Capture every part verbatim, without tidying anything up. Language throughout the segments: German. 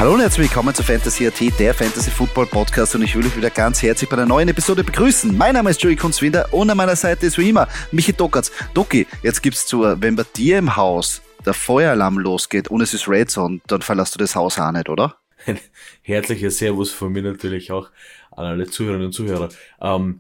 Hallo und herzlich willkommen zu Fantasy Punkt A T, der Fantasy Football Podcast, und ich will euch wieder ganz herzlich bei einer neuen Episode begrüßen. Mein Name ist Joey Kunzwinder und an meiner Seite ist wie immer Michi Dockertz. Doki, jetzt gibt's zu, wenn bei dir im Haus der Feueralarm losgeht und es ist Red Zone, dann verlässt du das Haus auch nicht, oder? Ein herzlicher Servus von mir natürlich auch an alle Zuhörerinnen und Zuhörer. Ähm,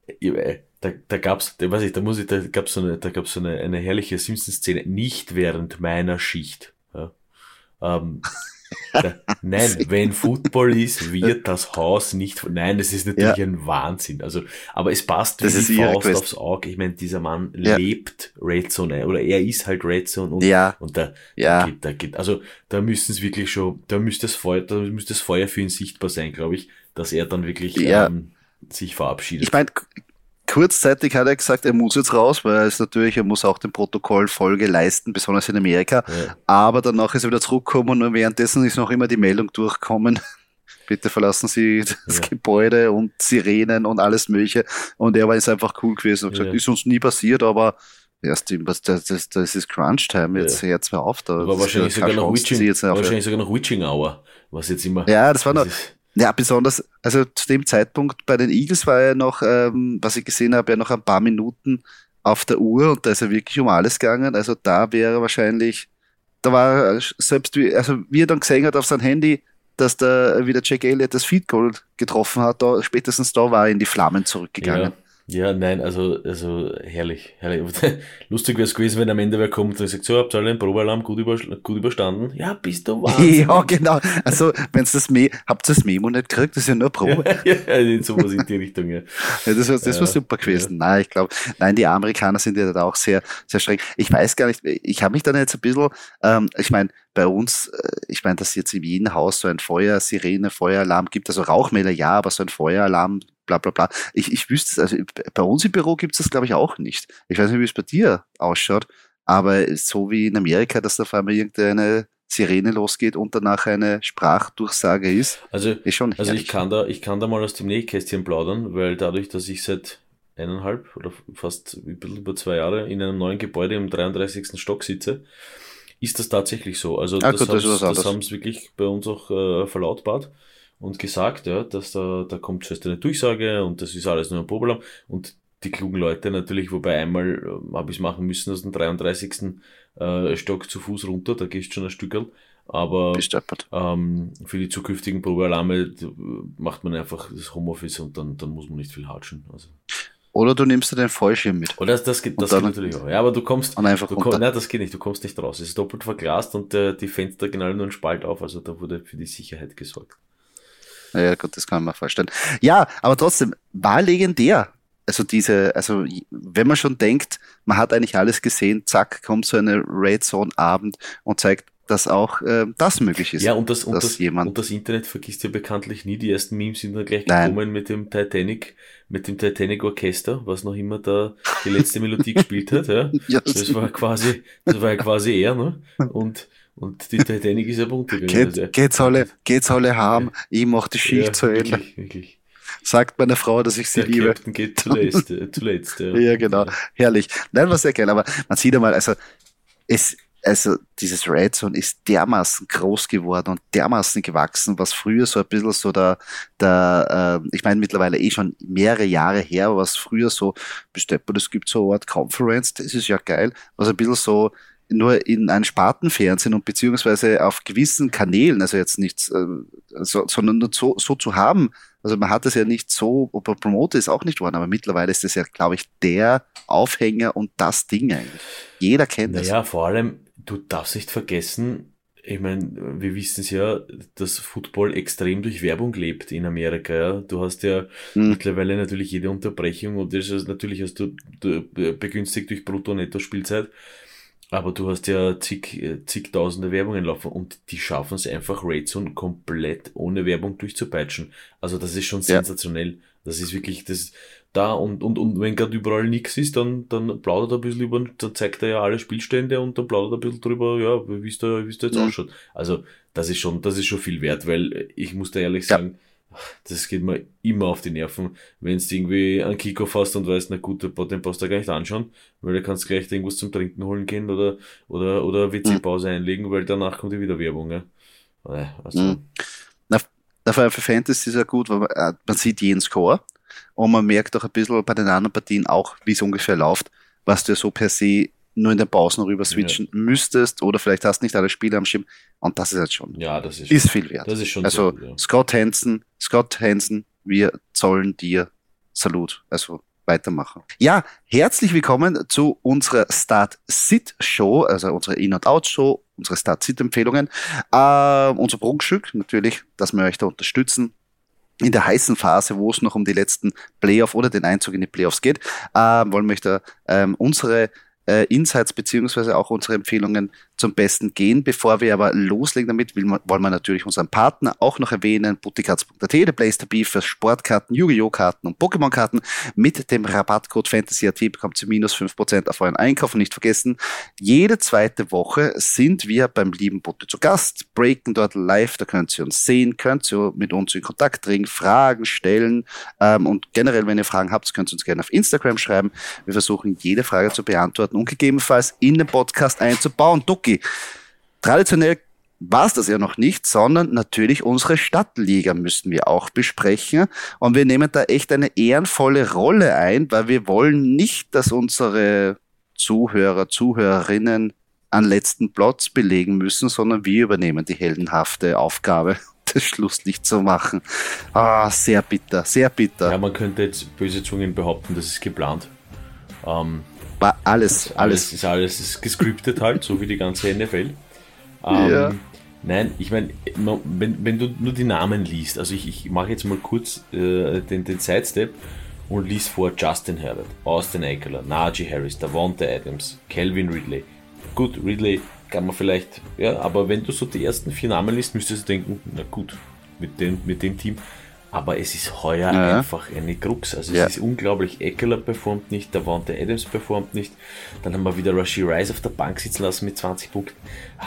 da, da gab's, da weiß ich, da muss ich, da gab's so eine, da gab's so eine, eine herrliche Simpsons-Szene, nicht während meiner Schicht. Ja. Ähm, da, nein, wenn Football ist, wird das Haus nicht, nein, das ist natürlich ja. ein Wahnsinn. Also, aber es passt wie die Faust aufs Auge. Ich meine, dieser Mann ja. lebt Red Zone, oder er ist halt Red Zone und, ja. und da, ja. da geht, da geht, also, da müssten es wirklich schon, da müsste das Feuer, da müsste das Feuer für ihn sichtbar sein, glaube ich, dass er dann wirklich, ja. ähm, sich verabschiedet. Ich meine, kurzzeitig hat er gesagt, er muss jetzt raus, weil er ist natürlich, er muss auch dem Protokoll Folge leisten, besonders in Amerika. Ja. Aber danach ist er wieder zurückgekommen und währenddessen ist noch immer die Meldung durchgekommen. Bitte verlassen Sie das ja. Gebäude und Sirenen und alles Mögliche. Und er war jetzt einfach cool gewesen und gesagt, ja. ist uns nie passiert, aber erst das, das, das ist Crunch-Time, jetzt ja. hört's mir auf. Da war wahrscheinlich sogar, noch Witching, wahrscheinlich sogar noch Witching Hour, was jetzt immer... Ja, das war noch... Ja, besonders, also zu dem Zeitpunkt bei den Eagles war er noch, ähm, was ich gesehen habe, ja noch ein paar Minuten auf der Uhr und da ist er wirklich um alles gegangen. Also da wäre wahrscheinlich, da war selbst, wie, also wie er dann gesehen hat auf sein Handy, dass da wieder Jack Elliott das Field Goal getroffen hat, da, spätestens da war er in die Flammen zurückgegangen. Ja. Ja, nein, also, also, herrlich, herrlich. Lustig wäre es gewesen, wenn am Ende wer kommt und sagt, so, habt ihr alle den Probealarm gut, über, gut überstanden? Ja, bist du Wahnsinn. Ja, genau. Also, wenn's das Me- habt ihr das Memo nicht gekriegt? Das ist ja nur Probe. ja, ja, sowas in die Richtung, ja. Ja, das war, das war super gewesen. Ja. Nein, ich glaube, nein, die Amerikaner sind ja da auch sehr, sehr streng. Ich weiß gar nicht, ich habe mich dann jetzt ein bisschen, ähm, ich meine, bei uns, ich meine, dass jetzt in jedem Haus so ein Feuer, Sirene, Feueralarm gibt, also Rauchmelder ja, aber so ein Feueralarm, bla bla bla. Ich, ich wüsste es, also bei uns im Büro gibt es das, glaube ich, auch nicht. Ich weiß nicht, wie es bei dir ausschaut, aber so wie in Amerika, dass da auf einmal irgendeine Sirene losgeht und danach eine Sprachdurchsage ist, also, ist schon Also ich kann da, ich kann da mal aus dem Nähkästchen plaudern, weil dadurch, dass ich seit eineinhalb oder fast ein bisschen über zwei Jahre in einem neuen Gebäude im dreiunddreißigsten Stock sitze, ist das tatsächlich so. Also ah, das, gut, das, das haben sie wirklich bei uns auch äh, verlautbart und gesagt, ja, dass da, da kommt zuerst eine Durchsage und das ist alles nur ein Probealarm. Und die klugen Leute natürlich, wobei einmal äh, habe ich es machen müssen aus dem dreiunddreißigsten Äh, Stock zu Fuß runter, da gehst schon ein Stückerl. Aber ähm, für die zukünftigen Probealarme macht man einfach das Homeoffice und dann, dann muss man nicht viel hatschen. Also. Oder du nimmst dir den Fallschirm mit. Oder das, das geht, das geht natürlich auch. Ja, aber du kommst, und einfach du komm, nein, das geht nicht, du kommst nicht raus. Es ist doppelt verglast und äh, die Fenster genau nur einen Spalt auf, also da wurde für die Sicherheit gesorgt. Ja gut, das kann man mir vorstellen. Ja, aber trotzdem, war legendär. Also diese, also wenn man schon denkt, man hat eigentlich alles gesehen, zack, kommt so eine Red Zone Abend und zeigt, dass auch äh, das möglich ist. Ja, und das, und, das, jemand und das Internet vergisst ja bekanntlich nie. Die ersten Memes sind dann gleich Nein. gekommen mit dem Titanic, mit dem Titanic Orchester, was noch immer da die letzte Melodie gespielt hat. Ja. Ja, das war quasi, das war ja quasi er, ne? Und Und die Titanic ist ja runtergegangen. Geht, also, geht's alle, geht's alle heim, ja. Ich mach die Schicht ja, zu Ende. Wirklich, wirklich. Sagt meine Frau, dass ich sie Der liebe. Captain geht zuletzt. Äh, zuletzt ja. Ja, genau. Herrlich. Nein, war sehr geil, aber man sieht einmal, also, es, also, dieses Red Zone ist dermaßen groß geworden und dermaßen gewachsen, was früher so ein bisschen so der, der, äh, ich meine mittlerweile eh schon mehrere Jahre her, aber was früher so, bestepper, das gibt so eine Art Conference, das ist ja geil, was ein bisschen so, nur in einem Spartenfernsehen und beziehungsweise auf gewissen Kanälen, also jetzt nichts, äh, so, sondern nur so, so zu haben. Also man hat es ja nicht so, ob er promotet ist auch nicht worden, aber mittlerweile ist das ja, glaube ich, der Aufhänger und das Ding eigentlich. Jeder kennt es. Naja, vor allem, du darfst nicht vergessen, ich meine, wir wissen es ja, dass Football extrem durch Werbung lebt in Amerika. Ja? Du hast ja hm. mittlerweile natürlich jede Unterbrechung und das ist natürlich hast du, du begünstigt durch Brutto-Netto-Spielzeit. Aber du hast ja zig, zigtausende Werbungen laufen und die schaffen es einfach, Red Zone komplett ohne Werbung durchzupeitschen. Also das ist schon sensationell. Ja. Das ist wirklich das da und, und, und wenn gerade überall nichts ist, dann, dann plaudert er ein bisschen über, dann zeigt er ja alle Spielstände und dann plaudert er ein bisschen drüber, ja, wie es da, wie es da jetzt mhm. ausschaut. Also das ist schon, das ist schon viel wert, weil ich muss da ehrlich sagen, ja. Das geht mir immer auf die Nerven, wenn du irgendwie einen Kickoff hast und weißt, na gut, den brauchst du gar nicht anschauen, weil du kannst gleich irgendwas zum Trinken holen gehen oder, oder, oder W C-Pause einlegen, weil danach kommt ja wieder Werbung, ja. Also, mhm. Na, für Fantasy ist ja gut, weil man, äh, man sieht jeden Score und man merkt auch ein bisschen bei den anderen Partien auch, wie es ungefähr läuft, was du so per se nur in den Pausen rüber switchen ja. müsstest oder vielleicht hast du nicht alle Spiele am Schirm und das ist halt schon, ja, das ist, ist schon, viel wert. Das ist schon also gut, ja. Scott Hansen, Scott Hansen, wir zollen dir Salut, also weitermachen. Ja, herzlich willkommen zu unserer Start-Sit-Show, also unsere In- und Out-Show, unsere Start-Sit-Empfehlungen. Äh, unser Prunkstück natürlich, dass wir euch da unterstützen in der heißen Phase, wo es noch um die letzten Playoff oder den Einzug in die Playoffs geht, äh, wollen wir euch da ähm, unsere äh, Insights beziehungsweise auch unsere Empfehlungen zum Besten gehen. Bevor wir aber loslegen damit, will man, wollen wir natürlich unseren Partner auch noch erwähnen, butticards punkt a t, der Place to be für Sportkarten, Yu-Gi-Oh! Karten und Pokémon-Karten. Mit dem Rabattcode FANTASYAT bekommt ihr minus fünf Prozent auf euren Einkauf. Und nicht vergessen, jede zweite Woche sind wir beim lieben Butte zu Gast, breaken dort live, da könnt ihr uns sehen, könnt ihr mit uns in Kontakt treten, Fragen stellen ähm, und generell, wenn ihr Fragen habt, könnt ihr uns gerne auf Instagram schreiben. Wir versuchen, jede Frage zu beantworten und gegebenenfalls in den Podcast einzubauen. Ducky, traditionell war es das ja noch nicht, sondern natürlich unsere Stadtliga müssen wir auch besprechen und wir nehmen da echt eine ehrenvolle Rolle ein, weil wir wollen nicht, dass unsere Zuhörer, Zuhörerinnen an letzten Platz belegen müssen, sondern wir übernehmen die heldenhafte Aufgabe, das Schlusslicht zu machen. Ah, sehr bitter, sehr bitter. Ja, man könnte jetzt böse Zungen behaupten, das ist geplant. Ähm, War alles, alles. Ist alles ist gescriptet halt, so wie die ganze N F L. Ähm, ja. Nein, ich meine, wenn, wenn du nur die Namen liest, also ich, ich mache jetzt mal kurz äh, den, den Sidestep und lies vor: Justin Herbert, Austin Ekeler, Najee Harris, Davante Adams, Calvin Ridley. Gut, Ridley kann man vielleicht, ja, aber wenn du so die ersten vier Namen liest, müsstest du denken, na gut, mit dem, mit dem Team. Aber es ist heuer ja. einfach eine Krux. Also ja. es ist unglaublich. Ekeler performt nicht, Davante Adams performt nicht. Dann haben wir wieder Rashee Rice auf der Bank sitzen lassen mit zwanzig Punkten. Ah,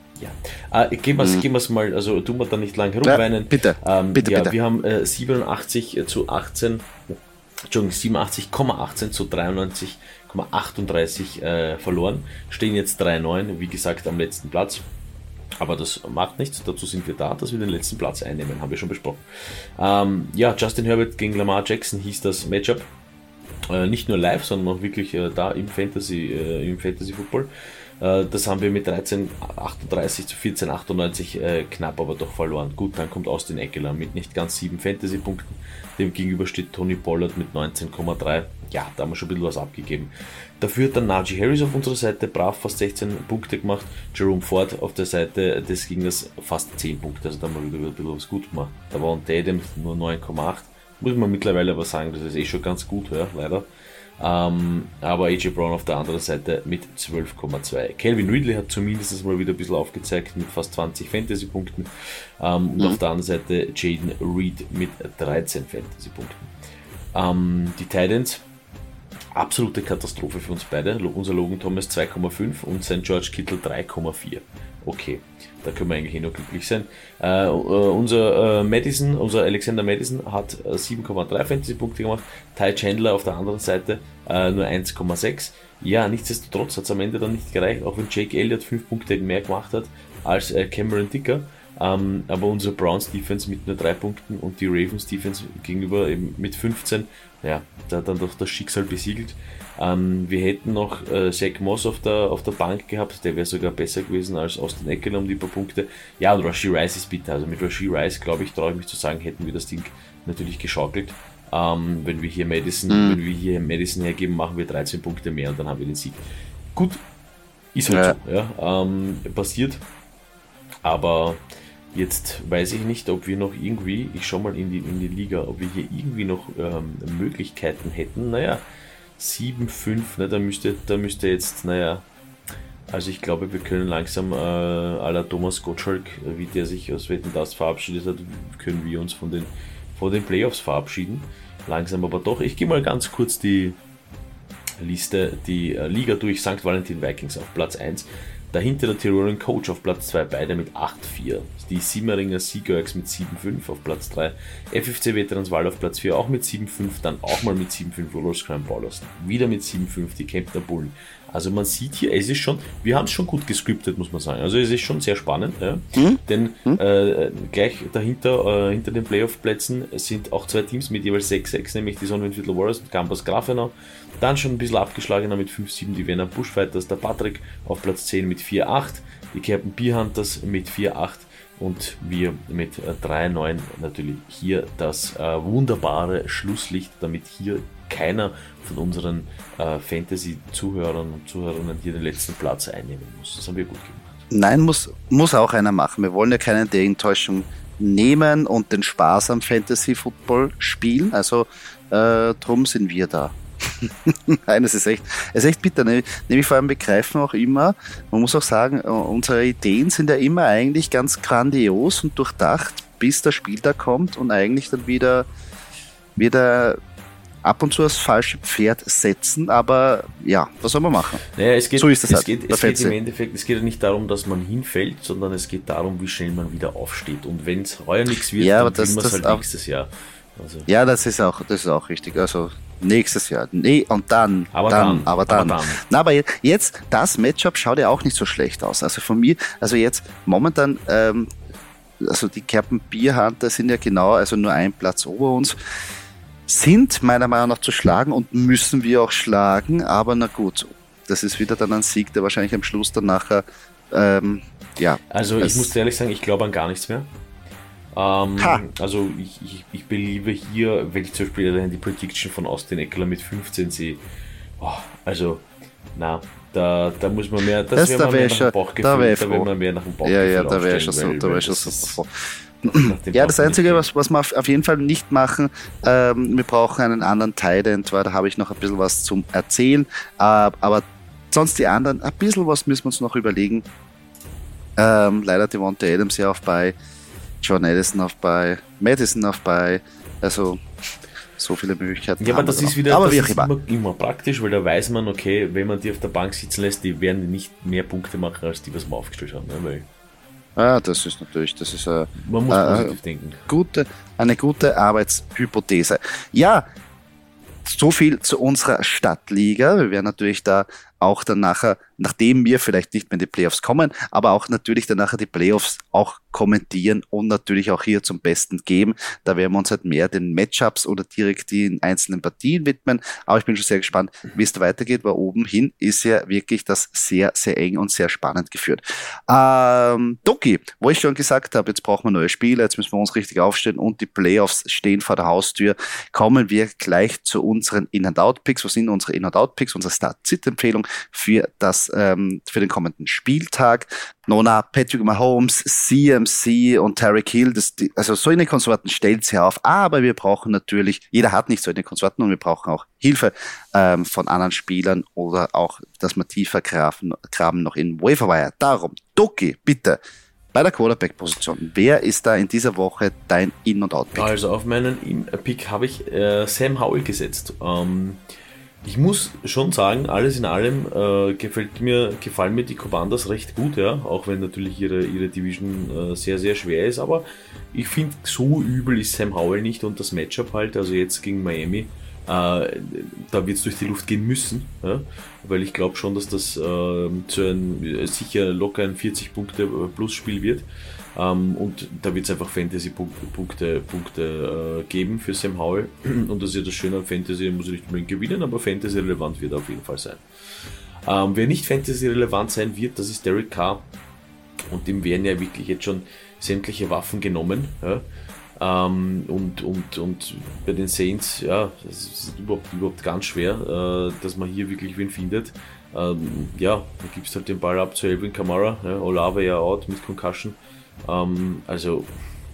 ja. Äh, gehen wir es mhm. mal, also tun wir da nicht lang herumweinen. Ja, bitte, ähm, bitte, ja, bitte. Wir haben äh, siebenundachtzig zu achtzehn, Entschuldigung, siebenundachtzig Komma achtzehn zu dreiundneunzig Komma achtunddreißig äh, verloren. Stehen jetzt drei neun, wie gesagt, am letzten Platz. Aber das macht nichts, dazu sind wir da, dass wir den letzten Platz einnehmen, haben wir schon besprochen. Ähm, ja, Justin Herbert gegen Lamar Jackson hieß das Matchup. Äh, nicht nur live, sondern auch wirklich äh, da im Fantasy, äh, im Fantasy Football. Äh, das haben wir mit dreizehn achtunddreißig zu vierzehn achtundneunzig äh, knapp aber doch verloren. Gut, dann kommt Austin Ekeler mit nicht ganz sieben Fantasy-Punkten. Dem gegenüber steht Tony Pollard mit neunzehn Komma drei. Ja, da haben wir schon ein bisschen was abgegeben. Dafür hat dann Najee Harris auf unserer Seite brav fast sechzehn Punkte gemacht. Jerome Ford auf der Seite des Gegners fast zehn Punkte. Also da haben wir wieder ein bisschen was gut gemacht. Da war ein Adams nur neun Komma acht. Muss man mittlerweile aber sagen, das ist eh schon ganz gut, ja, leider. Ähm, aber A J Brown auf der anderen Seite mit zwölf Komma zwei. Calvin Ridley hat zumindest mal wieder ein bisschen aufgezeigt mit fast zwanzig Fantasy-Punkten. Ähm, und mhm. auf der anderen Seite Jaden Reed mit dreizehn Fantasy-Punkten. Ähm, die Titans, absolute Katastrophe für uns beide. Unser Logan Thomas zwei Komma fünf und sein George Kittle drei Komma vier. Okay, da können wir eigentlich eh noch glücklich sein. Äh, uh, unser uh, Madison, unser Alexander Madison hat uh, sieben Komma drei Fantasy-Punkte gemacht. Ty Chandler auf der anderen Seite uh, nur eins Komma sechs. Ja, nichtsdestotrotz hat es am Ende dann nicht gereicht, auch wenn Jake Elliott fünf Punkte mehr gemacht hat als uh, Cameron Dicker. Um, aber unsere Browns Defense mit nur drei Punkten und die Ravens Defense gegenüber eben mit fünfzehn, ja, da hat dann doch das Schicksal besiegelt. Um, wir hätten noch äh, Zach Moss auf der, auf der Bank gehabt, der wäre sogar besser gewesen als Austin Ekeler um die paar Punkte. Ja, und Rashee Rice ist bitter, also mit Rashee Rice, glaube ich, traue ich mich zu sagen, hätten wir das Ding natürlich geschaukelt. Um, wenn wir hier Madison, mhm. wenn wir hier Madison hergeben, machen wir dreizehn Punkte mehr und dann haben wir den Sieg. Gut, ist halt ja. so, ja, um, passiert, aber jetzt weiß ich nicht, ob wir noch irgendwie, ich schau mal in die, in die Liga, ob wir hier irgendwie noch ähm, Möglichkeiten hätten. Naja, sieben fünf, ne, da müsste, da müsste jetzt, naja, also ich glaube, wir können langsam äh, à la Thomas Gottschalk, wie der sich aus Wetten, das verabschiedet hat, können wir uns von den, von den Playoffs verabschieden. Langsam aber doch. Ich gehe mal ganz kurz die Liste, die äh, Liga durch. Sankt Valentin Vikings auf Platz eins. Dahinter der Tiroler Coach auf Platz zwei, beide mit acht vier. Die Simmeringer Seagurks mit sieben fünf auf Platz drei. F F C Veterans Wald auf Platz vier auch mit sieben fünf, dann auch mal mit sieben fünf Rollers Crown Ballers. Wieder mit sieben fünf die Kemptner Bullen. Also man sieht hier, es ist schon, wir haben es schon gut gescriptet, muss man sagen. Also es ist schon sehr spannend, ja. Hm? Denn hm? Äh, gleich dahinter, äh, hinter den Playoff-Plätzen sind auch zwei Teams mit jeweils sechs sechs, nämlich die Sonnenviertel Warriors und Campus Grafenau. Dann schon ein bisschen abgeschlagener mit fünf sieben die Wiener Bushfighters, der Patrick auf Platz zehn mit vier acht, die Kerpen Beer Hunters mit vier acht und wir mit äh, drei neun natürlich hier das äh, wunderbare Schlusslicht, damit hier keiner von unseren äh, Fantasy-Zuhörern und Zuhörerinnen hier den letzten Platz einnehmen muss. Das haben wir gut gemacht. Nein, muss, muss auch einer machen. Wir wollen ja keine der Enttäuschung nehmen und den Spaß am Fantasy-Football spielen. Also äh, drum sind wir da. Nein, es ist echt, es ist echt bitter. Nämlich vor allem begreifen auch immer, man muss auch sagen, unsere Ideen sind ja immer eigentlich ganz grandios und durchdacht, bis der Spieltag kommt und eigentlich dann wieder wieder ab und zu das falsche Pferd setzen, aber ja, was soll man machen? Naja, es geht, so ist das es halt. geht, es geht im Endeffekt, es geht ja nicht darum, dass man hinfällt, sondern es geht darum, wie schnell man wieder aufsteht. Und wenn es heuer nichts wird, ja, dann das, will man es halt auch, nächstes Jahr. Also. Ja, das ist auch, das ist auch richtig. Also nächstes Jahr. Nee, und dann, aber dann, dann, aber dann. Aber dann. Na, aber jetzt, das Matchup schaut ja auch nicht so schlecht aus. Also von mir, also jetzt momentan, ähm, also die Kerpen Beer Hunter sind ja genau, also nur ein Platz ober uns. Sind meiner Meinung nach zu schlagen und müssen wir auch schlagen, aber na gut, das ist wieder dann ein Sieg, der wahrscheinlich am Schluss dann nachher, ähm, ja. Also ich muss ehrlich sagen, ich glaube an gar nichts mehr. Ähm, also ich, ich, ich beliebe hier, wenn ich zum Beispiel die Prediction von Austin Eckler mit fünfzehn sehe, oh, also na, da, da muss man mehr, das, das wäre wär mehr schon, nach dem Bauchgefühl, da wäre wär man mehr nach dem Bauchgefühl Ja, ja, da wäre ich schon so, da wäre schon super froh. Ja, das Einzige, was, was wir auf jeden Fall nicht machen, ähm, wir brauchen einen anderen Tight-End, weil da habe ich noch ein bisschen was zum Erzählen, äh, aber sonst die anderen, ein bisschen was müssen wir uns noch überlegen. Ähm, leider Devonta Adams ja auf bei, John Addison auf bei, Madison auf bei, also so viele Möglichkeiten. Ja, aber das ist wieder aber das wie ist immer. Immer, immer praktisch, weil da weiß man, okay, wenn man die auf der Bank sitzen lässt, die werden nicht mehr Punkte machen, als die, was wir aufgestellt haben. Ne? Weil Ah, das ist natürlich, das ist äh, man muss äh, positiv denken. Gute, eine gute Arbeitshypothese. Ja, so viel zu unserer Stadtliga. Wir werden natürlich da auch dann nachher, nachdem wir vielleicht nicht mehr in die Playoffs kommen, aber auch natürlich dann nachher die Playoffs auch kommentieren und natürlich auch hier zum Besten geben. Da werden wir uns halt mehr den Matchups oder direkt den einzelnen Partien widmen. Aber ich bin schon sehr gespannt, wie es da weitergeht, weil oben hin ist ja wirklich das sehr, sehr eng und sehr spannend geführt. Ähm, Doki, wo ich schon gesagt habe, jetzt brauchen wir neue Spieler, jetzt müssen wir uns richtig aufstellen und die Playoffs stehen vor der Haustür, kommen wir gleich zu unseren In-and-Out-Picks. Was sind unsere In-and-Out-Picks? Unsere Start-Sit-Empfehlung für das, ähm, für den kommenden Spieltag. Nona, Patrick Mahomes, C M C und Tyreek Hill, das, die, also so eine Konsorten stellt sie auf, aber wir brauchen natürlich, jeder hat nicht so eine Konsorten und wir brauchen auch Hilfe ähm, von anderen Spielern oder auch, dass wir tiefer graben, graben noch in Waiverwire. Darum, Doki, bitte, bei der Quarterback-Position, wer ist da in dieser Woche dein In- und Out-Pick? Also auf meinen In-Pick habe ich äh, Sam Howell gesetzt. Ähm, Ich muss schon sagen, alles in allem äh, gefällt mir, gefallen mir die Commanders recht gut, ja, auch wenn natürlich ihre, ihre Division äh, sehr, sehr schwer ist, aber ich finde, so übel ist Sam Howell nicht und das Matchup halt, also jetzt gegen Miami, äh, da wird es durch die Luft gehen müssen, ja, weil ich glaube schon, dass das äh, zu ein, sicher locker ein vierzig Punkte plus Spiel wird. Um, und da wird es einfach Fantasy-Punkte Punkte, Punkte, äh, geben für Sam Howell. Und das ist ja das Schöne an Fantasy, muss er nicht unbedingt gewinnen, aber Fantasy-relevant wird er auf jeden Fall sein. Um, wer nicht Fantasy-relevant sein wird, das ist Derek Carr. Und dem werden ja wirklich jetzt schon sämtliche Waffen genommen. Ja? Um, und, und, und bei den Saints, ja, das ist überhaupt, überhaupt ganz schwer, äh, dass man hier wirklich wen findet. Ähm, ja, da gibst halt den Ball ab zu Alvin Kamara, ja, Olave ja out mit Concussion. Ähm, also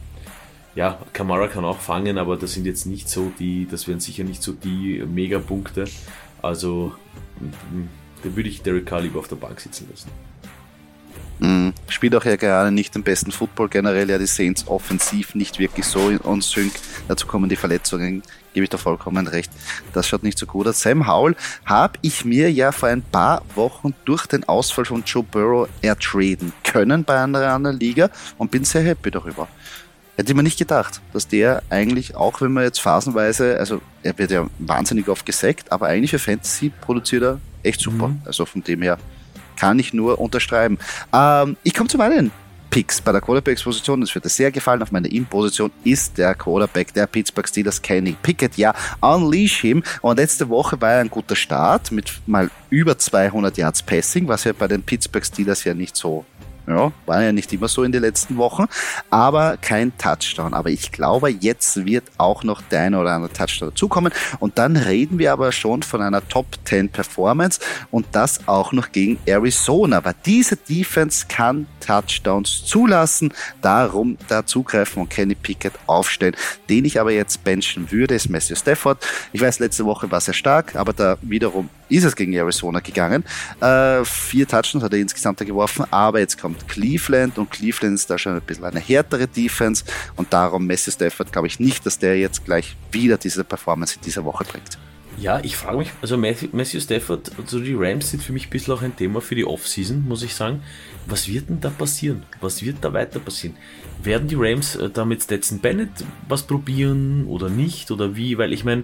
ja, Kamara kann auch fangen, aber das sind jetzt nicht so die, das wären sicher nicht so die Megapunkte. Also da würde ich Derek Carr lieber auf der Bank sitzen lassen. Mm, spielt auch ja gerade nicht den besten Football generell, ja die Saints offensiv nicht wirklich so in on sync, dazu kommen die Verletzungen, gebe ich da vollkommen recht, das schaut nicht so gut aus. Sam Howell habe ich mir ja vor ein paar Wochen durch den Ausfall von Joe Burrow ertraden können bei einer anderen Liga und bin sehr happy darüber. Hätte ich mir nicht gedacht, dass der eigentlich, auch wenn man jetzt phasenweise, also er wird ja wahnsinnig oft gesackt, aber eigentlich für Fantasy produziert er echt super, mhm. also von dem her kann ich nur unterschreiben. Ähm, ich komme zu meinen Picks bei der Quarterback-Position. Das wird dir sehr gefallen. Auf meiner In-Position ist der Quarterback der Pittsburgh Steelers, Kenny Pickett. Ja, unleash him. Und letzte Woche war er ein guter Start mit mal über zweihundert Yards Passing, was ja bei den Pittsburgh Steelers ja nicht so, ja, war ja nicht immer so in den letzten Wochen, aber kein Touchdown. Aber ich glaube, jetzt wird auch noch der eine oder andere Touchdown dazukommen. Und dann reden wir aber schon von einer Top zehn Performance und das auch noch gegen Arizona. Aber diese Defense kann Touchdowns zulassen. Darum da zugreifen und Kenny Pickett aufstellen. Den ich aber jetzt benchen würde, ist Matthew Stafford. Ich weiß, letzte Woche war sehr stark, aber da wiederum ist es gegen Arizona gegangen. Äh, vier Touchdowns hat er insgesamt geworfen, aber jetzt kommt Cleveland und Cleveland ist da schon ein bisschen eine härtere Defense und darum Matthew Stafford glaube ich nicht, dass der jetzt gleich wieder diese Performance in dieser Woche bringt. Ja, ich frage mich, also Matthew, Matthew Stafford, also die Rams sind für mich ein bisschen auch ein Thema für die Offseason, muss ich sagen. Was wird denn da passieren? Was wird da weiter passieren? Werden die Rams da mit Stetson Bennett was probieren oder nicht? Oder wie? Weil ich meine,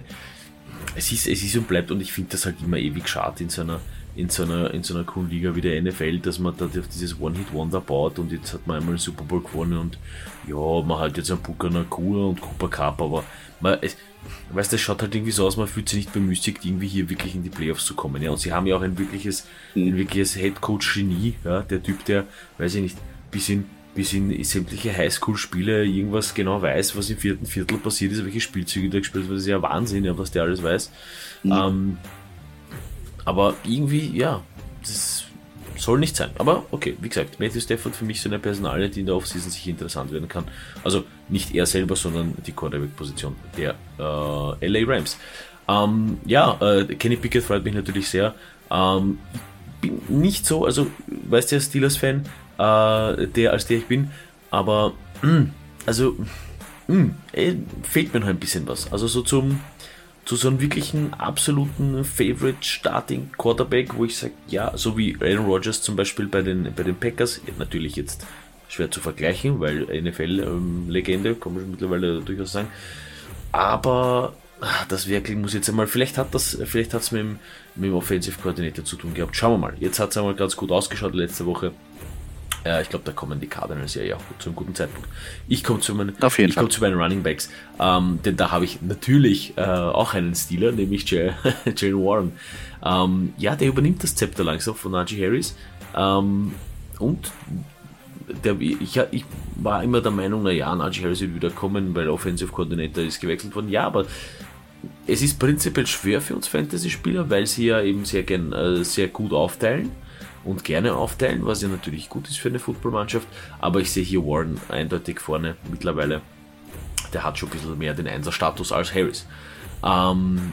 Es ist, es ist und bleibt, und ich finde das halt immer ewig schade in so einer, in so einer, in so einer coolen Liga wie der N F L, dass man da auf dieses One-Hit-Wonder baut und jetzt hat man einmal einen Super Bowl gewonnen und ja, man hat jetzt einen Puka Nakua und Cooper Cup, aber man, es, weißt du, es schaut halt irgendwie so aus, man fühlt sich nicht bemüßigt, irgendwie hier wirklich in die Playoffs zu kommen, ja, und sie haben ja auch ein wirkliches, ein wirkliches Head-Coach-Genie, ja, der Typ, der, weiß ich nicht, bis in bis in sämtliche Highschool-Spiele irgendwas genau weiß, was im vierten Viertel passiert ist, welche Spielzüge da gespielt wird, das ist ja Wahnsinn, ja, was der alles weiß. Mhm. Ähm, aber irgendwie, ja, das soll nicht sein. Aber okay, wie gesagt, Matthew Stafford für mich so eine Personalie, die in der Offseason sich interessant werden kann. Also nicht er selber, sondern die Quarterback-Position der äh, L A Rams. Ähm, ja, äh, Kenny Pickett freut mich natürlich sehr. Ähm, ich bin nicht so, also weißt du, Steelers-Fan, Uh, der als der ich bin, aber mh, also mh, ey, fehlt mir noch ein bisschen was. Also so zum zu so einem wirklichen absoluten Favorite Starting Quarterback, wo ich sage, ja, so wie Aaron Rodgers zum Beispiel bei den bei den Packers, natürlich jetzt schwer zu vergleichen, weil N F L-Legende, ähm, kann man mittlerweile durchaus sagen, aber ach, das wirklich muss jetzt einmal, vielleicht hat das, vielleicht hat es mit dem, mit dem Offensive Coordinator zu tun gehabt. Schauen wir mal. Jetzt hat es einmal ganz gut ausgeschaut letzte Woche. Ja, ich glaube, da kommen die Cardinals ja, ja auch zu einem guten Zeitpunkt. Ich komme zu meinen, Auf jeden ich Fall. komme zu meinen Running Backs, ähm, denn da habe ich natürlich äh, auch einen Stealer, nämlich Jalen Warren. Ähm, ja, der übernimmt das Zepter langsam von Najee Harris. Ähm, und der, ich, ich war immer der Meinung, na ja, Najee Harris wird wieder kommen, weil Offensive Coordinator ist gewechselt worden. Ja, aber es ist prinzipiell schwer für uns Fantasy-Spieler, weil sie ja eben sehr gern, äh, sehr gut aufteilen. Und gerne aufteilen, was ja natürlich gut ist für eine Footballmannschaft, aber ich sehe hier Warren eindeutig vorne mittlerweile. Der hat schon ein bisschen mehr den Einser-Status als Harris. Ähm,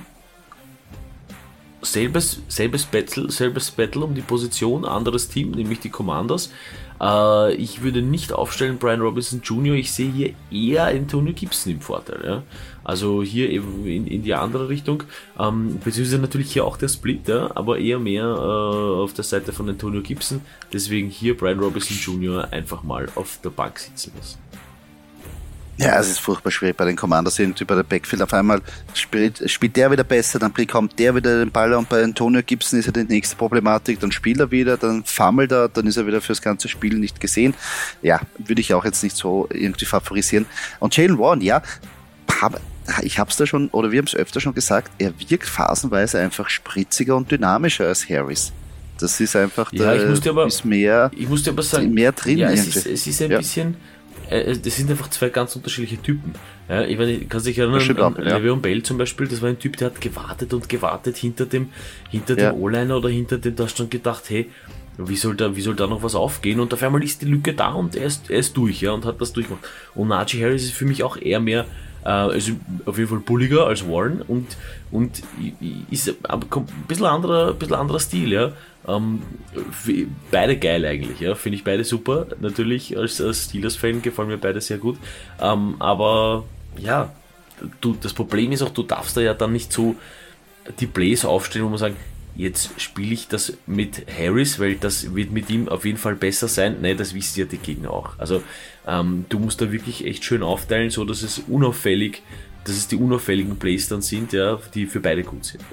selbes, selbes, Battle, selbes Battle um die Position, anderes Team, nämlich die Commanders. Äh, ich würde nicht aufstellen Brian Robinson Junior, ich sehe hier eher Antonio Gibson im Vorteil. Ja? Also hier eben in, in die andere Richtung, ähm, beziehungsweise natürlich hier auch der Split, ja, aber eher mehr äh, auf der Seite von Antonio Gibson, deswegen hier Brian Robinson Junior einfach mal auf der Bank sitzen lassen. Ja, es ist furchtbar schwierig bei den Commanders, irgendwie bei der Backfield auf einmal spielt, spielt der wieder besser, dann bekommt der wieder den Ball und bei Antonio Gibson ist ja die nächste Problematik, dann spielt er wieder, dann fummelt er, dann ist er wieder fürs ganze Spiel nicht gesehen. Ja, würde ich auch jetzt nicht so irgendwie favorisieren. Und Jalen Warren, ja, ich hab's da schon, oder wir haben es öfter schon gesagt, er wirkt phasenweise einfach spritziger und dynamischer als Harris. Das ist einfach, ja, da ich musste aber, ist mehr, ich musste aber sagen, mehr drin. Ja, es ist, es ist ein ja. bisschen, äh, das sind einfach zwei ganz unterschiedliche Typen. Ja, ich meine, kannst dich erinnern an, auch, an ja. Le'Veon Bell zum Beispiel, das war ein Typ, der hat gewartet und gewartet hinter dem, hinter ja. dem O-Liner oder hinter dem, da hast du dann gedacht, hey, wie soll da, wie soll da noch was aufgehen? Und auf einmal ist die Lücke da und er ist, er ist durch, ja, und hat das durchgemacht. Und Najee Harris ist für mich auch eher mehr, äh, also auf jeden Fall bulliger als Warren und, und ist ein bisschen anderer, ein bisschen anderer Stil, ja. Ähm, beide geil eigentlich, ja, finde ich beide super. Natürlich als, als Steelers-Fan gefallen mir beide sehr gut. Ähm, aber ja, du, das Problem ist auch, du darfst da ja dann nicht so die Plays aufstellen, wo man sagen, jetzt spiele ich das mit Harris, weil das wird mit ihm auf jeden Fall besser sein. Nein, das wissen ja die Gegner auch. Also ähm, du musst da wirklich echt schön aufteilen, so dass es unauffällig, dass es die unauffälligen Plays dann sind, ja, die für beide gut sind.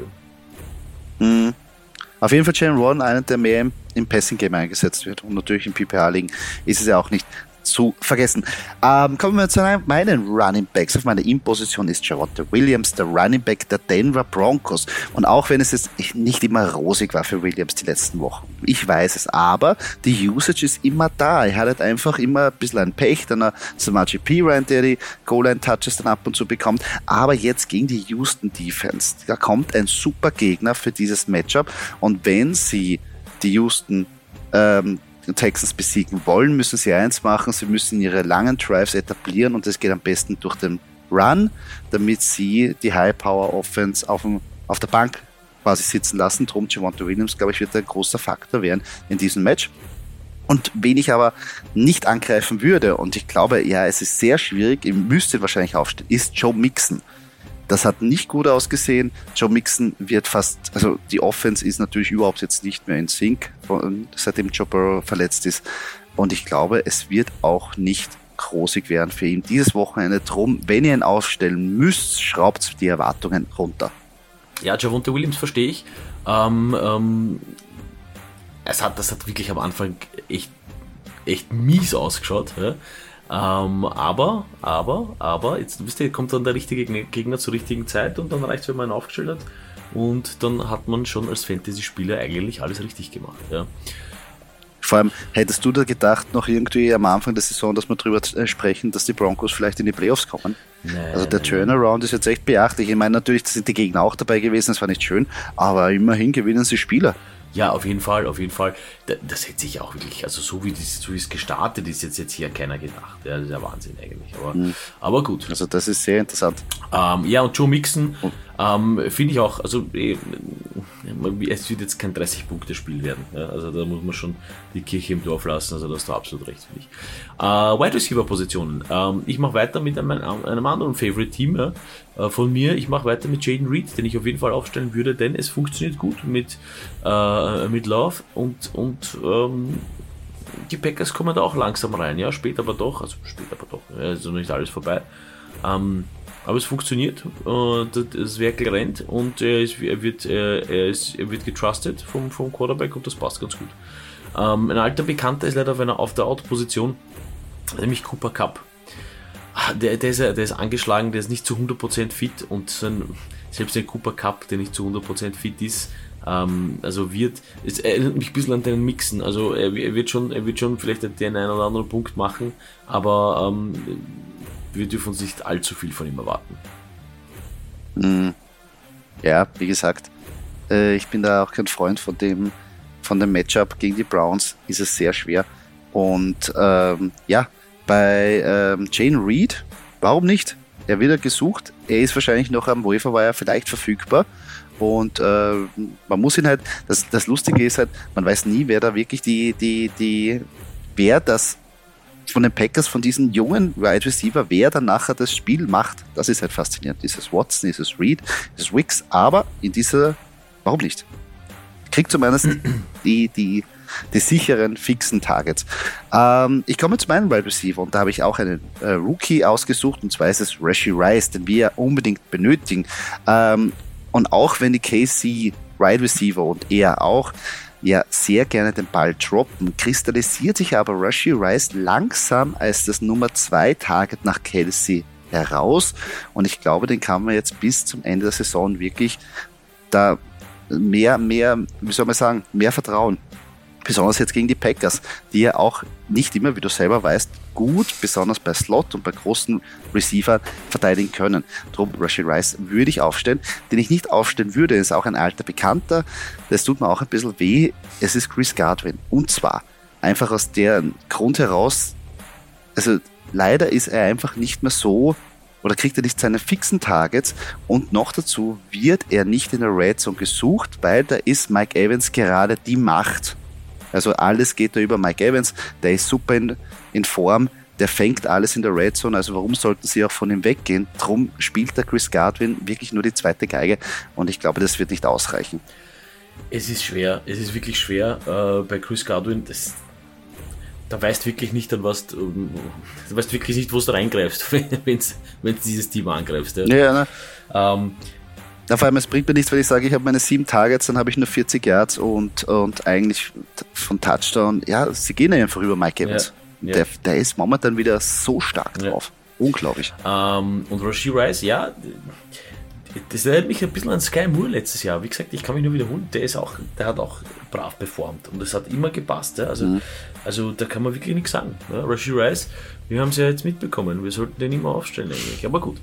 Ja. Mhm. Auf jeden Fall Jalen Warren, einer, der mehr im, im Passing-Game eingesetzt wird. Und natürlich im P P R-Ligen ist es ja auch nicht zu vergessen. Ähm, kommen wir zu einem, meinen Running Backs. Auf meiner In-Position ist Javonte Williams, der Running Back der Denver Broncos. Und auch wenn es jetzt nicht immer rosig war für Williams die letzten Wochen, ich weiß es, aber die Usage ist immer da. Er hat halt einfach immer ein bisschen ein Pech, dann ein Samaje Perine, der die Goal-Line-Touches dann ab und zu bekommt. Aber jetzt gegen die Houston Defense, da kommt ein super Gegner für dieses Matchup. Und wenn sie die Houston ähm, Texans besiegen wollen, müssen sie eins machen, sie müssen ihre langen Drives etablieren und das geht am besten durch den Run, damit sie die High-Power-Offense auf, dem, auf der Bank quasi sitzen lassen. Drum Javonte Williams, glaube ich, wird ein großer Faktor werden in diesem Match. Und wen ich aber nicht angreifen würde, und ich glaube, ja, es ist sehr schwierig, ihr müsst wahrscheinlich aufstehen, ist Joe Mixon. Das hat nicht gut ausgesehen. Joe Mixon wird fast, also die Offense ist natürlich überhaupt jetzt nicht mehr in Sync, seitdem Joe Burrow verletzt ist. Und ich glaube, es wird auch nicht großig werden für ihn dieses Wochenende. Drum, wenn ihr ihn aufstellen müsst, schraubt die Erwartungen runter. Ja, Javonte Williams verstehe ich. Ähm, ähm, es hat, das hat wirklich am Anfang echt, echt mies ausgeschaut. Ja? Ähm, aber, aber, aber, jetzt wisst ihr, kommt dann der richtige Gegner zur richtigen Zeit und dann reicht es, wenn man ihn aufgestellt hat und dann hat man schon als Fantasy-Spieler eigentlich alles richtig gemacht. Ja. Vor allem, hättest du da gedacht, noch irgendwie am Anfang der Saison, dass wir darüber sprechen, dass die Broncos vielleicht in die Playoffs kommen? Nein, also der Turnaround ist jetzt echt beachtlich. Ich meine, natürlich sind die Gegner auch dabei gewesen, es war nicht schön, aber immerhin gewinnen sie Spieler. Ja, auf jeden Fall, auf jeden Fall. Das hätte sich auch wirklich, also so wie, das, so wie es gestartet ist, jetzt, jetzt hier keiner gedacht. Ja, das ist ja Wahnsinn eigentlich. Aber, mhm. aber gut. Also das ist sehr interessant. Ähm, ja, und Joe Mixon ähm, finde ich auch, also eh, es wird jetzt kein dreißig-Punkte-Spiel werden. Ja, also da muss man schon die Kirche im Dorf lassen, also da hast du absolut recht, finde ich. Äh, Wide Receiver-Positionen. Ähm, ich mache weiter mit einem, einem anderen Favorite-Team ja, äh, von mir. Ich mache weiter mit Jaden Reed, den ich auf jeden Fall aufstellen würde, denn es funktioniert gut mit, äh, mit Love und, und ähm, die Packers kommen da auch langsam rein, ja, spät aber doch, also spät aber doch, also nicht alles vorbei. Ähm, aber es funktioniert, äh, das Werkel rennt und er, ist, er, wird, äh, er, ist, er wird getrustet vom, vom Quarterback und das passt ganz gut. Ähm, ein alter Bekannter ist leider auf einer auf der Out-Position, nämlich Cooper Kupp. Der, der, ist, der ist angeschlagen, der ist nicht zu hundert Prozent fit und sein, selbst ein Cooper Kupp, der nicht zu hundert Prozent fit ist, ähm, also wird, es erinnert mich ein bisschen an den Mixen, also er, er, wird schon, er wird schon vielleicht den einen oder anderen Punkt machen, aber ähm, wir dürfen uns nicht allzu viel von ihm erwarten. Ja, wie gesagt, äh, ich bin da auch kein Freund von dem, von dem Matchup gegen die Browns, ist es sehr schwer. Und ähm, ja, bei ähm, Jaden Reed, warum nicht? Er wird ja gesucht, er ist wahrscheinlich noch am Waiver-Wire vielleicht verfügbar. Und äh, man muss ihn halt, das, das Lustige ist halt, man weiß nie, wer da wirklich die, die, die, wer das von den Packers, von diesen jungen Wide Receiver, wer dann nachher das Spiel macht. Das ist halt faszinierend. Ist es Watson, ist es Reed, ist es Wicks, aber in dieser, warum nicht? Kriegt zumindest die, die, die sicheren, fixen Targets. Ähm, ich komme zu meinem Wide Receiver und da habe ich auch einen äh, Rookie ausgesucht und zwar ist es Rashee Rice, den wir unbedingt benötigen. Ähm, und auch wenn die K C Wide Receiver und er auch ja sehr gerne den Ball droppen, kristallisiert sich aber Rashee Rice langsam als das Nummer zwei Target nach Kelsey heraus und ich glaube, den kann man jetzt bis zum Ende der Saison wirklich da mehr, mehr, wie soll man sagen, mehr vertrauen. Besonders jetzt gegen die Packers, die ja auch nicht immer, wie du selber weißt, gut, besonders bei Slot und bei großen Receiver verteidigen können. Darum Rashee Rice würde ich aufstellen. Den ich nicht aufstellen würde, ist auch ein alter Bekannter. Das tut mir auch ein bisschen weh. Es ist Chris Godwin. Und zwar einfach aus dem Grund heraus, also leider ist er einfach nicht mehr so oder kriegt er nicht seine fixen Targets und noch dazu wird er nicht in der Red Zone gesucht, weil da ist Mike Evans gerade die Macht. Also alles geht da über Mike Evans, der ist super in, in Form, der fängt alles in der Red Zone, also warum sollten sie auch von ihm weggehen? Drum spielt der Chris Godwin wirklich nur die zweite Geige und ich glaube, das wird nicht ausreichen. Es ist schwer, es ist wirklich schwer äh, bei Chris Godwin, das, da weißt wirklich nicht, an was du, du weißt wirklich nicht, wo du reingreifst, wenn du dieses Team angreifst. Ja, ja ne? ähm, Ja, vor allem, es bringt mir nichts, wenn ich sage, ich habe meine sieben Targets, dann habe ich nur vierzig Yards und, und eigentlich von Touchdown, ja, sie gehen einfach über Mike Evans. Ja, ja. Der, der ist momentan wieder so stark drauf. Ja. Unglaublich. Ähm, und Rashee Rice, ja, das erinnert mich ein bisschen an Sky Moore letztes Jahr. Wie gesagt, ich kann mich nur wiederholen, der ist auch, der hat auch brav performt und es hat immer gepasst. Ja? Also, mhm. also da kann man wirklich nichts sagen. Ja? Rashee Rice, wir haben es ja jetzt mitbekommen, wir sollten den immer aufstellen eigentlich, aber gut.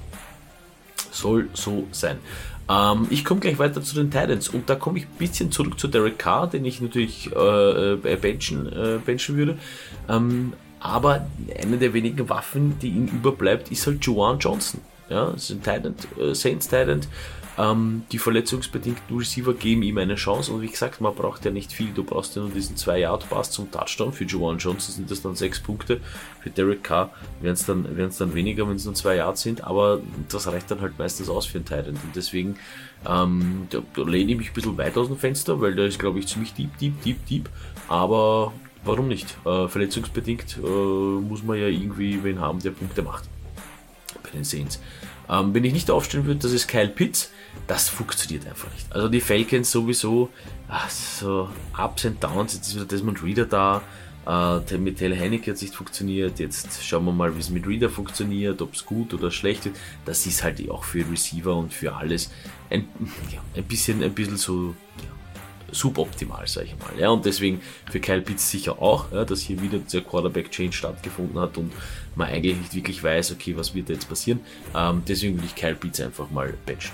Soll so sein. Ähm, ich komme gleich weiter zu den Titans und da komme ich ein bisschen zurück zu Derek Carr, den ich natürlich äh, benchen, äh, benchen würde. Ähm, aber eine der wenigen Waffen, die ihm überbleibt, ist halt Juwan Johnson. Ja, das ist ein Titan, äh, Saints Titan. Ähm, die verletzungsbedingten Receiver geben ihm eine Chance und wie gesagt, man braucht ja nicht viel. Du brauchst ja nur diesen zwei Yard Pass zum Touchdown. Für Juwan Johnson sind das dann sechs Punkte. Für Derek Carr werden es dann, dann weniger, wenn es nur zwei Yards sind, aber das reicht dann halt meistens aus für einen Titan. Und deswegen ähm, da, da lehne ich mich ein bisschen weit aus dem Fenster, weil der ist, glaube ich, ziemlich deep, deep, deep, deep. Aber warum nicht? Äh, verletzungsbedingt äh, muss man ja irgendwie wen haben, der Punkte macht. Bei den Saints. Ähm, wenn ich nicht aufstellen würde, das ist Kyle Pitts, das funktioniert einfach nicht. Also die Falcons sowieso, ach, so Ups and Downs, jetzt ist wieder Desmond Reader da, äh, mit Taylor Heinicke hat es nicht funktioniert, jetzt schauen wir mal, wie es mit Reader funktioniert, ob es gut oder schlecht ist. Das ist halt auch für Receiver und für alles ein, ja, ein bisschen, ein bisschen so, ja, suboptimal, sage ich mal. Ja, und deswegen für Kyle Pitts sicher auch, ja, dass hier wieder der Quarterback-Change stattgefunden hat und man eigentlich nicht wirklich weiß, okay, was wird jetzt passieren. Ähm, deswegen will ich Kyle Pitts einfach mal benchen.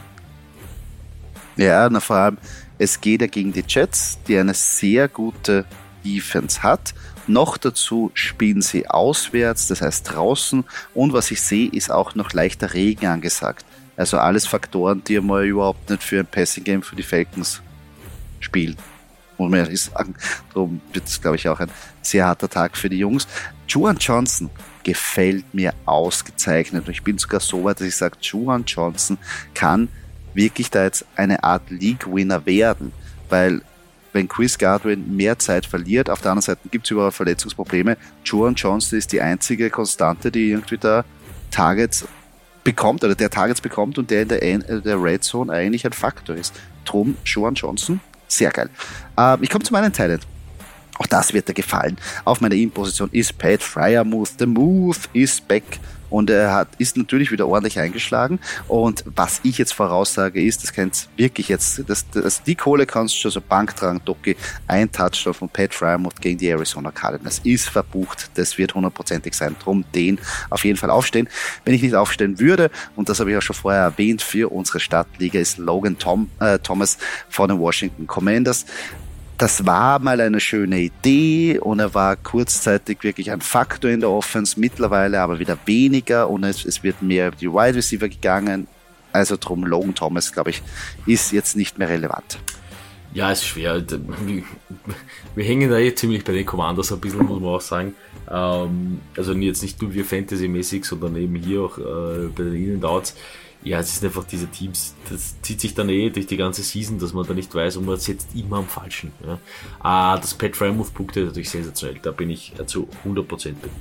Ja, na vor allem, es geht ja gegen die Jets, die eine sehr gute Defense hat. Noch dazu spielen sie auswärts, das heißt draußen. Und was ich sehe, ist auch noch leichter Regen angesagt. Also alles Faktoren, die mal überhaupt nicht für ein Passing-Game für die Falcons spielen. Muss man ja nicht sagen. Darum wird es, glaube ich, auch ein sehr harter Tag für die Jungs. Juwan Johnson gefällt mir ausgezeichnet. Und ich bin sogar so weit, dass ich sage, Juwan Johnson kann wirklich da jetzt eine Art League-Winner werden. Weil wenn Chris Godwin mehr Zeit verliert, auf der anderen Seite gibt es überall Verletzungsprobleme. Juwan Johnson ist die einzige Konstante, die irgendwie da Targets bekommt, oder der Targets bekommt und der in der, der Red Zone eigentlich ein Faktor ist. Drum Juwan Johnson, sehr geil. Ähm, ich komme zu meinen Teilen. Auch das wird dir gefallen. Auf meiner In-Position ist Pat Freiermuth. The Move is back. Und er hat, ist natürlich wieder ordentlich eingeschlagen. Und was ich jetzt voraussage ist, das kannst wirklich jetzt, das, das, die Kohle kannst du schon so Bank tragen, Doki. Ein Touchdown von Pat Freiermuth gegen die Arizona Cardinals ist verbucht. Das wird hundertprozentig sein. Drum den auf jeden Fall aufstehen. Wenn ich nicht aufstellen würde, und das habe ich auch schon vorher erwähnt, für unsere Stadtliga ist Logan Tom, äh, Thomas von den Washington Commanders. Das war mal eine schöne Idee und er war kurzzeitig wirklich ein Faktor in der Offense, mittlerweile aber wieder weniger und es, es wird mehr über die Wide Receiver gegangen. Also drum, Logan Thomas, glaube ich, ist jetzt nicht mehr relevant. Ja, es ist schwer. Wir, wir hängen da eh ziemlich bei den Commanders ein bisschen, muss man auch sagen. Ähm, also jetzt nicht nur wir Fantasy-mäßig, sondern eben hier auch äh, bei den In-and-Outs. Ja, es ist einfach diese Teams, das zieht sich dann eh durch die ganze Season, dass man da nicht weiß und man setzt immer am Falschen. Ja. Ah, das Pat Freiermuth-Punkt ist natürlich sensationell, da bin ich zu hundert Prozent bei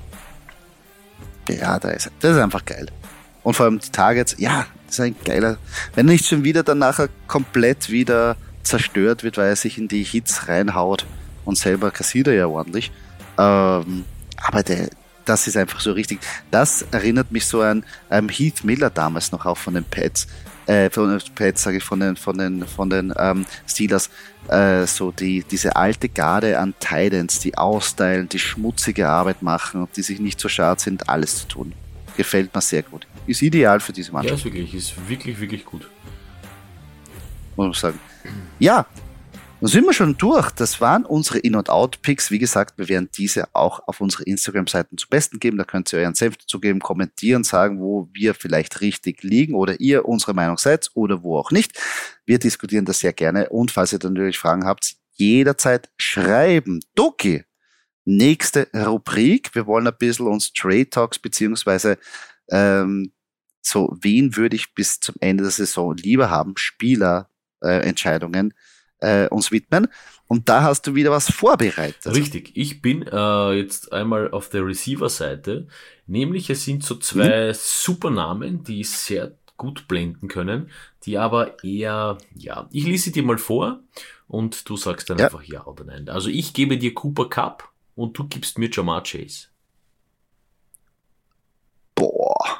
dir. Ja, da ist, das ist einfach geil. Und vor allem die Targets, ja, das ist ein geiler, wenn er nicht schon wieder dann nachher komplett wieder zerstört wird, weil er sich in die Hits reinhaut und selber kassiert er ja ordentlich. Ähm, aber der, das ist einfach so richtig. Das erinnert mich so an ähm, Heath Miller damals noch auch von den Pats, äh, von den Pats sage ich, von den von den von den ähm, Steelers. Äh, so die diese alte Garde an Titans, die austeilen, die schmutzige Arbeit machen und die sich nicht so schade sind, alles zu tun. Gefällt mir sehr gut. Ist ideal für diese Mannschaft. Ja, ist wirklich, ist wirklich, wirklich gut. Muss man sagen. Ja, Dann sind wir schon durch. Das waren unsere In- und Out-Picks. Wie gesagt, wir werden diese auch auf unsere Instagram-Seiten zu Besten geben. Da könnt ihr euren Senf dazugeben, kommentieren, sagen, wo wir vielleicht richtig liegen oder ihr unsere Meinung seid oder wo auch nicht. Wir diskutieren das sehr gerne. Und falls ihr dann natürlich Fragen habt, jederzeit schreiben. Doki, nächste Rubrik. Wir wollen ein bisschen uns Trade Talks beziehungsweise ähm, so, wen würde ich bis zum Ende der Saison lieber haben? Spielerentscheidungen. Äh, Äh, uns widmen. Und da hast du wieder was vorbereitet. Richtig. Ich bin äh, jetzt einmal auf der Receiver-Seite. Nämlich, es sind so zwei mhm. Supernamen, die sehr gut blenden können, die aber eher, ja, ich lese dir mal vor und du sagst dann ja. einfach ja oder nein. Also ich gebe dir Cooper Kupp und du gibst mir Ja'Marr Chase. Boah.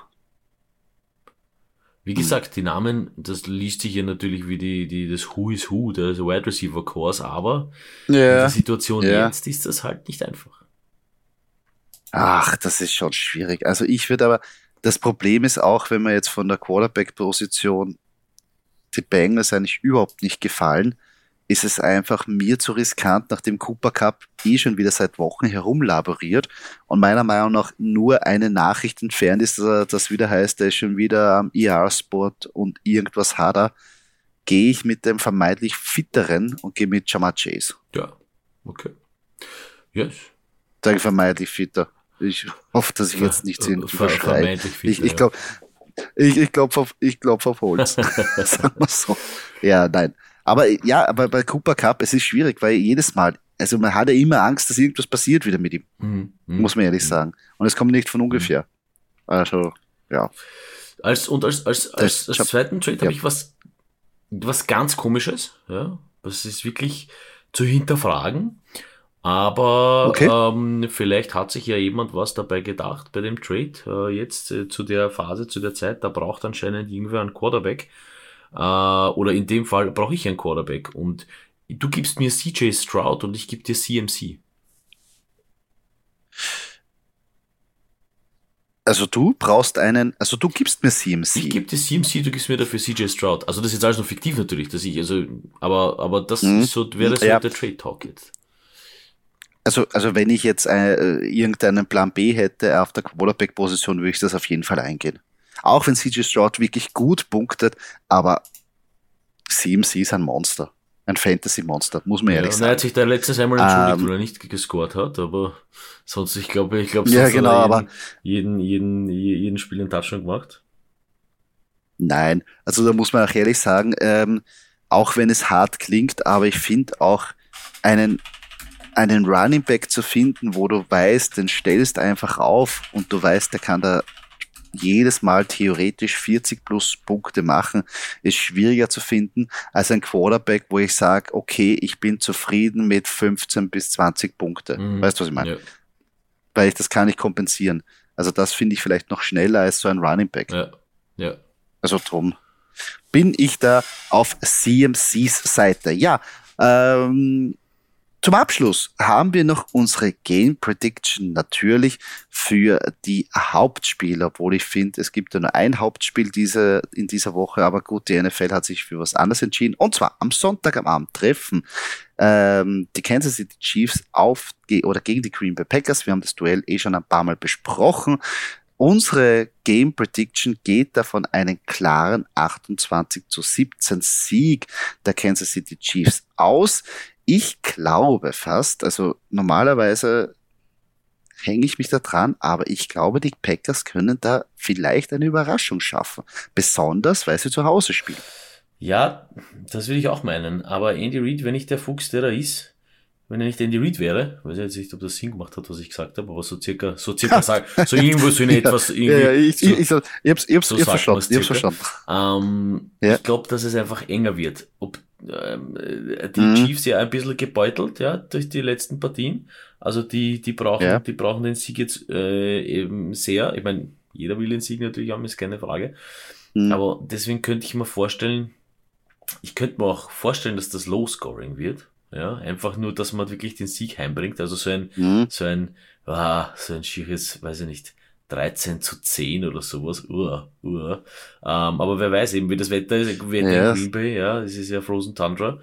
Wie gesagt, die Namen, das liest sich ja natürlich wie die, die, das Who is Who, der Wide Receiver Course, aber ja. in der Situation ja. jetzt ist das halt nicht einfach. Ach, das ist schon schwierig. Also ich würde aber, das Problem ist auch, wenn man jetzt von der Quarterback-Position die Bengals eigentlich überhaupt nicht gefallen, ist es einfach mir zu riskant, nachdem Cooper Kupp eh schon wieder seit Wochen herumlaboriert und meiner Meinung nach nur eine Nachricht entfernt ist, dass er das wieder heißt, er ist schon wieder am I R-Spot und irgendwas hat er, gehe ich mit dem vermeintlich Fitteren und gehe mit Ja'Marr Chase. Ja, okay. Yes. Sage vermeintlich fitter. Ich hoffe, dass ich jetzt nicht irgendwie überschreibe. Ich, ich glaube, ich, ich glaube auf, ich glaub auf Holz. Sagen wir so. Ja, nein. Aber ja, aber bei Cooper Kupp, es ist schwierig, weil jedes Mal, also man hat ja immer Angst, dass irgendwas passiert wieder mit ihm. Mhm. Muss man ehrlich mhm. sagen. Und es kommt nicht von ungefähr. Also, ja. Als, und als, als, als, als zweiten Trade ja. habe ich was, was ganz Komisches, ja. Das ist wirklich zu hinterfragen. Aber okay. ähm, vielleicht hat sich ja jemand was dabei gedacht bei dem Trade. Äh, jetzt äh, zu der Phase, zu der Zeit, da braucht anscheinend irgendwer einen Quarterback. Uh, oder in dem Fall brauche ich einen Quarterback und du gibst mir C J Stroud und ich gebe dir C M C. Also du brauchst einen, also du gibst mir C M C. Ich gebe dir C M C, du gibst mir dafür C J Stroud. Also das ist jetzt alles noch fiktiv natürlich, dass ich, also, aber, aber das mhm. ist so, wäre so ja. der Trade Talk jetzt. Also, also wenn ich jetzt äh, irgendeinen Plan B hätte auf der Quarterback-Position, würde ich das auf jeden Fall eingehen. Auch wenn C J Stroud wirklich gut punktet, aber C M C ist ein Monster. Ein Fantasy-Monster, muss man ja, ehrlich sagen. Er hat sich da letztes einmal entschuldigt, ähm, weil er nicht gescored hat, aber sonst, ich glaube, ich glaube, sonst ja, genau, hat er aber jeden, jeden, jeden, jeden Spiel einen Touchdown gemacht. Nein, also da muss man auch ehrlich sagen, ähm, auch wenn es hart klingt, aber ich finde auch einen, einen Running Back zu finden, wo du weißt, den stellst einfach auf und du weißt, der kann da jedes Mal theoretisch vierzig plus Punkte machen, ist schwieriger zu finden als ein Quarterback, wo ich sage, okay, ich bin zufrieden mit fünfzehn bis zwanzig Punkte. Mhm. Weißt du, was ich meine? Ja. Weil ich das kann ich kompensieren. Also das finde ich vielleicht noch schneller als so ein Running Back. Ja. Ja. Also drum bin ich da auf C M Cs Seite. Ja, ähm, zum Abschluss haben wir noch unsere Game Prediction natürlich für die Hauptspiele, obwohl ich finde, es gibt ja nur ein Hauptspiel diese, in dieser Woche, aber gut, die N F L hat sich für was anderes entschieden. Und zwar am Sonntag am Abend treffen ähm, die Kansas City Chiefs auf oder gegen die Green Bay Packers. Wir haben das Duell eh schon ein paar Mal besprochen. Unsere Game Prediction geht davon einen klaren achtundzwanzig zu siebzehn Sieg der Kansas City Chiefs aus. Ich glaube fast, also normalerweise hänge ich mich da dran, aber ich glaube, die Packers können da vielleicht eine Überraschung schaffen. Besonders, weil sie zu Hause spielen. Ja, das würde ich auch meinen. Aber Andy Reid, wenn nicht der Fuchs, der da ist, wenn er nicht Andy Reid wäre, weiß ich jetzt nicht, ob das Sinn gemacht hat, was ich gesagt habe, aber so circa, so circa sagen, so irgendwo so in etwas, irgendwie. Ja, ja, ich, so, ich, ich, ich hab's, ich hab's, so ich hab's verstanden, ich hab's verstanden. Ähm, ja. Ich glaube, dass es einfach enger wird. Ob, ähm, die mhm. Chiefs ja ein bisschen gebeutelt, ja, durch die letzten Partien. Also die, die brauchen, ja. die brauchen den Sieg jetzt, äh, eben sehr. Ich meine, jeder will den Sieg natürlich haben, ist keine Frage. Mhm. Aber deswegen könnte ich mir vorstellen, ich könnte mir auch vorstellen, dass das Low-Scoring wird. Ja, einfach nur, dass man wirklich den Sieg heimbringt. Also so ein, mhm. so ein, ah, so ein schieres, weiß ich nicht, dreizehn zu zehn oder sowas. Uah, uah. Ähm, aber wer weiß eben, wie das Wetter ist. Wetter ja. in Green Bay, ja, es ist ja Frozen Tundra.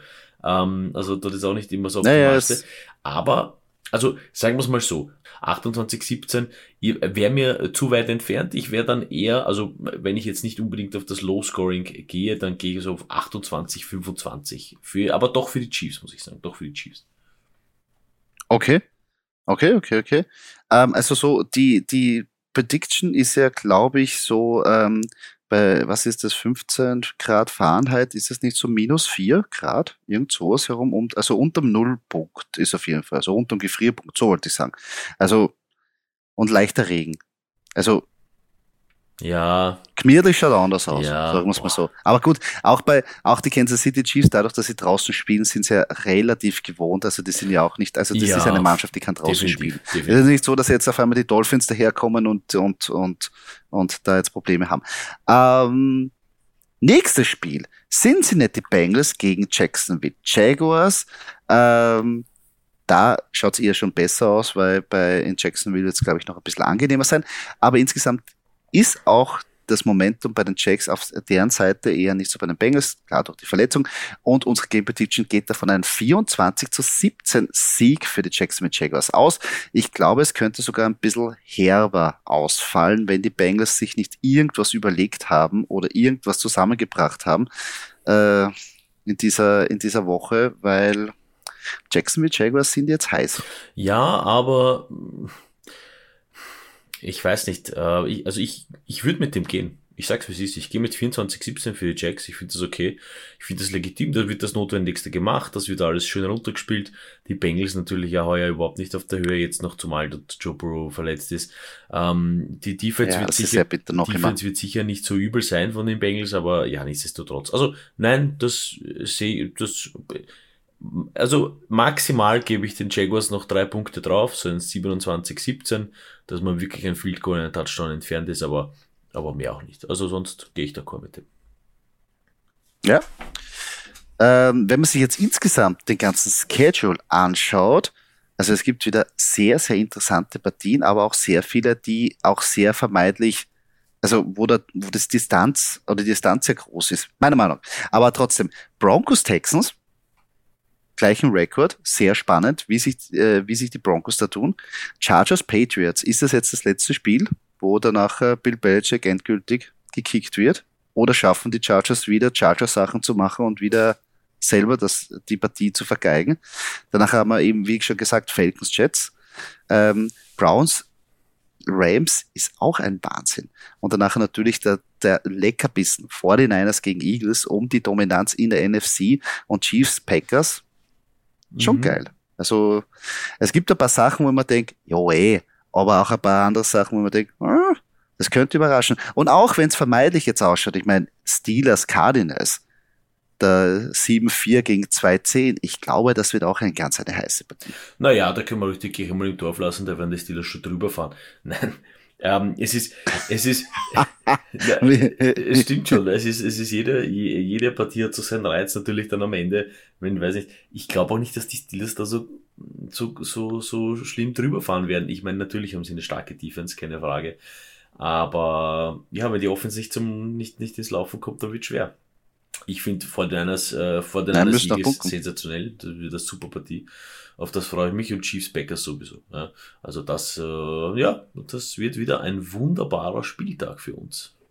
Ähm, also das ist auch nicht immer so Naja, optimalste. es, Aber, also sagen wir es mal so, achtundzwanzig siebzehn wäre mir zu weit entfernt. Ich wäre dann eher, also wenn ich jetzt nicht unbedingt auf das Low-Scoring gehe, dann gehe ich so auf achtundzwanzig fünfundzwanzig. Für, aber doch für die Chiefs, muss ich sagen. Doch für die Chiefs. okay, okay, okay, okay. Ähm, also so, die, die Prediction ist ja, glaube ich, so, ähm, bei, was ist das, fünfzehn Grad Fahrenheit, ist es nicht so minus vier Grad? Irgend sowas herum, um, also unterm Nullpunkt ist auf jeden Fall, also unterm Gefrierpunkt, so wollte ich sagen. Also, und leichter Regen. Also, Ja, gemütlich schaut anders aus, ja, sagen wir es mal boah, so. Aber gut, auch bei, auch die Kansas City Chiefs, dadurch, dass sie draußen spielen, sind sie ja relativ gewohnt. Also die sind ja auch nicht, also das ist eine ja, Mannschaft, die kann draußen definitiv, spielen. Es ist definitiv. nicht so, dass jetzt auf einmal die Dolphins daherkommen und, und, und, und da jetzt Probleme haben. Ähm, nächstes Spiel. Cincinnati Bengals gegen Jacksonville Jaguars. Ähm, da schaut es eher schon besser aus, weil bei in Jacksonville wird es, glaube ich, noch ein bisschen angenehmer sein. Aber insgesamt ist auch das Momentum bei den Jacks auf deren Seite eher nicht so bei den Bengals, klar durch die Verletzung. Und unsere Game Prediction geht davon einen vierundzwanzig zu siebzehn Sieg für die Jacksonville Jaguars aus. Ich glaube, es könnte sogar ein bisschen herber ausfallen, wenn die Bengals sich nicht irgendwas überlegt haben oder irgendwas zusammengebracht haben äh, in dieser, in dieser Woche, weil Jacksonville Jaguars sind jetzt heiß. Ja, aber ich weiß nicht, äh, ich, also ich, ich würde mit dem gehen. Ich sag's wie es ist, ich gehe mit vierundzwanzig siebzehn für die Jacks, ich finde das okay, ich finde das legitim, da wird das Notwendigste gemacht, das wird alles schön runtergespielt. Die Bengals natürlich ja heuer überhaupt nicht auf der Höhe, jetzt noch zumal dort Joe Burrow verletzt ist. Ähm, die Defense Ja, wird das ist sicher, sehr bitter noch immer. Defense wird sicher nicht so übel sein von den Bengals, aber ja, nichtsdestotrotz. Also nein, das sehe das also maximal gebe ich den Jaguars noch drei Punkte drauf, so ein siebenundzwanzig siebzehn, dass man wirklich ein Field Goal und ein Touchdown entfernt ist, aber, aber mehr auch nicht. Also sonst gehe ich d'accord mit dem. Ja. Ähm, wenn man sich jetzt insgesamt den ganzen Schedule anschaut, also es gibt wieder sehr, sehr interessante Partien, aber auch sehr viele, die auch sehr vermeidlich, also wo, da, wo das Distanz oder die Distanz sehr groß ist, meiner Meinung nach. Aber trotzdem, Broncos Texans, gleichen Rekord, sehr spannend, wie sich, äh, wie sich die Broncos da tun. Chargers Patriots, ist das jetzt das letzte Spiel, wo danach äh, Bill Belichick endgültig gekickt wird? Oder schaffen die Chargers wieder Chargers-Sachen zu machen und wieder selber das, die Partie zu vergeigen? Danach haben wir eben, wie schon gesagt, Falcons Jets. Ähm, Browns Rams ist auch ein Wahnsinn. Und danach natürlich der, der Leckerbissen forty-niners gegen Eagles um die Dominanz in der N F C und Chiefs Packers. Schon Mhm. geil. Also es gibt ein paar Sachen, wo man denkt, ja eh, aber auch ein paar andere Sachen, wo man denkt, ah, das könnte überraschen. Und auch wenn es vermeidlich jetzt ausschaut, ich meine, Steelers Cardinals, der sieben vier gegen zwei zehn, ich glaube, das wird auch eine ganz eine heiße Partie. Naja, da können wir richtig gleich einmal im Dorf lassen, da werden die Steelers schon drüber fahren. Nein, ähm, es ist, es ist, ja, es stimmt schon, es ist, es ist jede, jede Partie hat so seinen Reiz natürlich dann am Ende, wenn, weiß nicht, ich glaube auch nicht, dass die Steelers da so, so, so, so schlimm drüber fahren werden. Ich meine, natürlich haben sie eine starke Defense, keine Frage. Aber, ja, wenn die Offense nicht zum, nicht, nicht ins Laufen kommt, dann wird schwer. Ich finde forty-niners, äh, Nein, forty-niners müssen Sieg auch ist punkten. sensationell. Das wird eine super Partie. Auf das freue ich mich und Chiefs Packers sowieso. Ja. Also das, äh, ja, das wird wieder ein wunderbarer Spieltag für uns.